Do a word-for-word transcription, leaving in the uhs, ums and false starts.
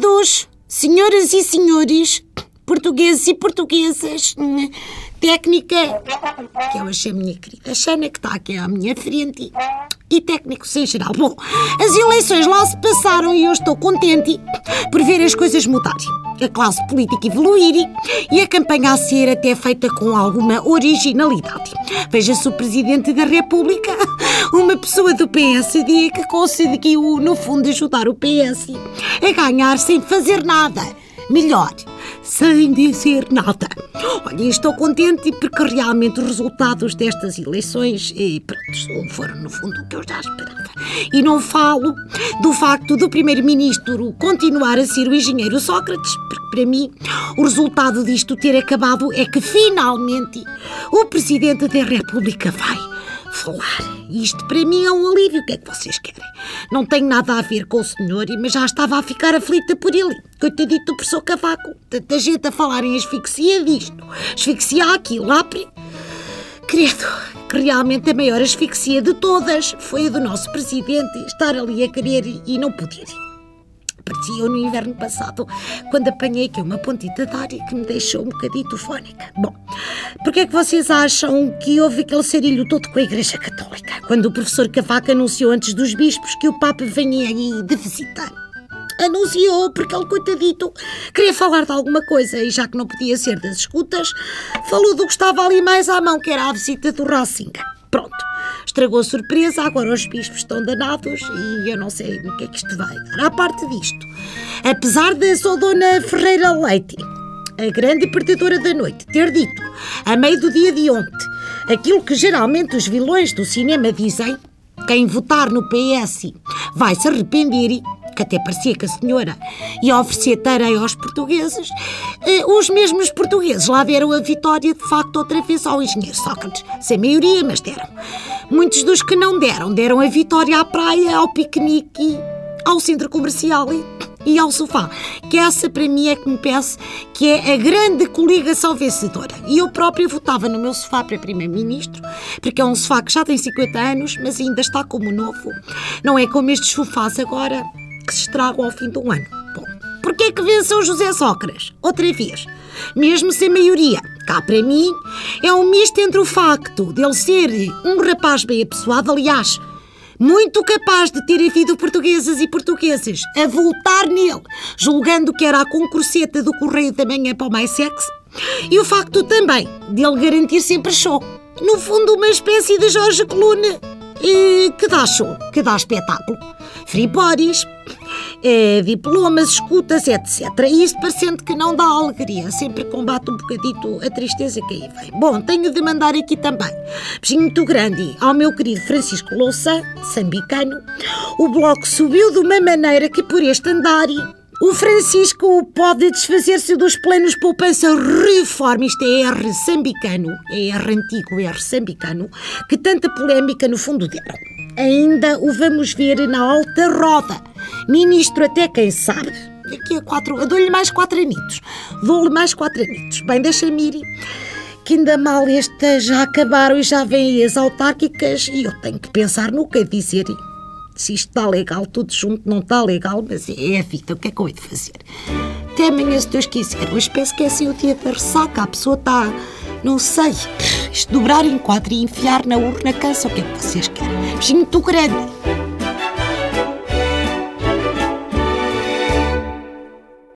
Queridos senhoras e senhores, portugueses e portuguesas, técnica, que eu achei a minha querida Xana, que está aqui à minha frente, e técnicos em geral. Bom, as eleições lá se passaram e eu estou contente por ver as coisas mudarem, a classe política evoluir e a campanha a ser até feita com alguma originalidade. Veja-se o Presidente da República, uma pessoa do P S D que conseguiu, no fundo, ajudar o P S a ganhar sem fazer nada. Melhor, sem dizer nada. Olha, estou contente porque realmente os resultados destas eleições e, pronto, foram no fundo o que eu já esperava. E não falo do facto do primeiro-ministro continuar a ser o engenheiro Sócrates, porque para mim o resultado disto ter acabado é que finalmente o Presidente da República vai falar. Isto para mim é um alívio. O que é que vocês querem? Não tenho nada a ver com o senhor, mas já estava a ficar aflita por ele. Coitadito do professor Cavaco. Tanta gente a falar em asfixia disto, asfixia aquilo, lá. Credo que realmente a maior asfixia de todas foi a do nosso presidente estar ali a querer e não poder. Parecia eu no inverno passado, quando apanhei aqui uma pontita de ar e que me deixou um bocadito fónica. Bom, porque é que vocês acham que houve aquele sarilho todo com a Igreja Católica, quando o professor Cavaco anunciou antes dos bispos que o Papa vinha aí de visita? Anunciou porque ele, coitadito, queria falar de alguma coisa e já que não podia ser das escutas, falou do que estava ali mais à mão, que era a visita do Racing. Pronto. Estragou a surpresa, agora os bispos estão danados e eu não sei o que é que isto vai dar. À parte disto, apesar da sua dona Ferreira Leite, a grande perdedora da noite, ter dito, a meio do dia de ontem, aquilo que geralmente os vilões do cinema dizem, quem votar no P S vai se arrepender, que até parecia que a senhora ia oferecer tareia aos portugueses, os mesmos portugueses lá deram a vitória, de facto, outra vez ao engenheiro Sócrates. Sem maioria, mas deram. Muitos dos que não deram, deram a vitória à praia, ao piquenique, ao centro comercial e ao sofá. Que essa, para mim, é que me parece que é a grande coligação vencedora. E eu própria votava no meu sofá para primeiro-ministro, porque é um sofá que já tem cinquenta anos, mas ainda está como novo. Não é como estes sofás agora, que se estragam ao fim de um ano. Bom, porquê é que venceu José Sócrates? Outra vez, mesmo sem maioria. Cá para mim, é um misto entre o facto de ele ser um rapaz bem apessoado, aliás, muito capaz de ter havido portuguesas e portugueses a votar nele, julgando que era a concurseta do Correio da Manhã para o Mais Sexy, e o facto também de ele garantir sempre show. No fundo, uma espécie de Jorge Coluna, e que dá show, que dá espetáculo. Free bodies, é, diplomas, escutas, etcétera. E isto parecendo que não dá alegria, sempre combate um bocadito a tristeza que aí vem. Bom, tenho de mandar aqui também beijinho muito grande ao meu querido Francisco Louçã, sambicano. O bloco subiu de uma maneira que por este andar o Francisco pode desfazer-se dos planos poupança reforma, isto é R sambicano, é R antigo, R sambicano, que tanta polémica no fundo deram. Ainda o vamos ver na alta roda. Ministro até quem sabe. Daqui a quatro... Dou-lhe mais quatro anitos. Dou-lhe mais quatro anitos. Bem, deixa-me ir, que ainda mal estas já acabaram e já vêm as autárquicas e eu tenho que pensar no que a dizer. Se isto está legal, tudo junto não está legal, mas é a vida. O que é que eu hei de fazer? Até amanhã, se Deus quiser. Eu espero que é assim o dia da ressaca. A pessoa está... Não sei, isto dobrar em quatro e enfiar na urna cansa. O que é que vocês querem? Beijinho muito grande.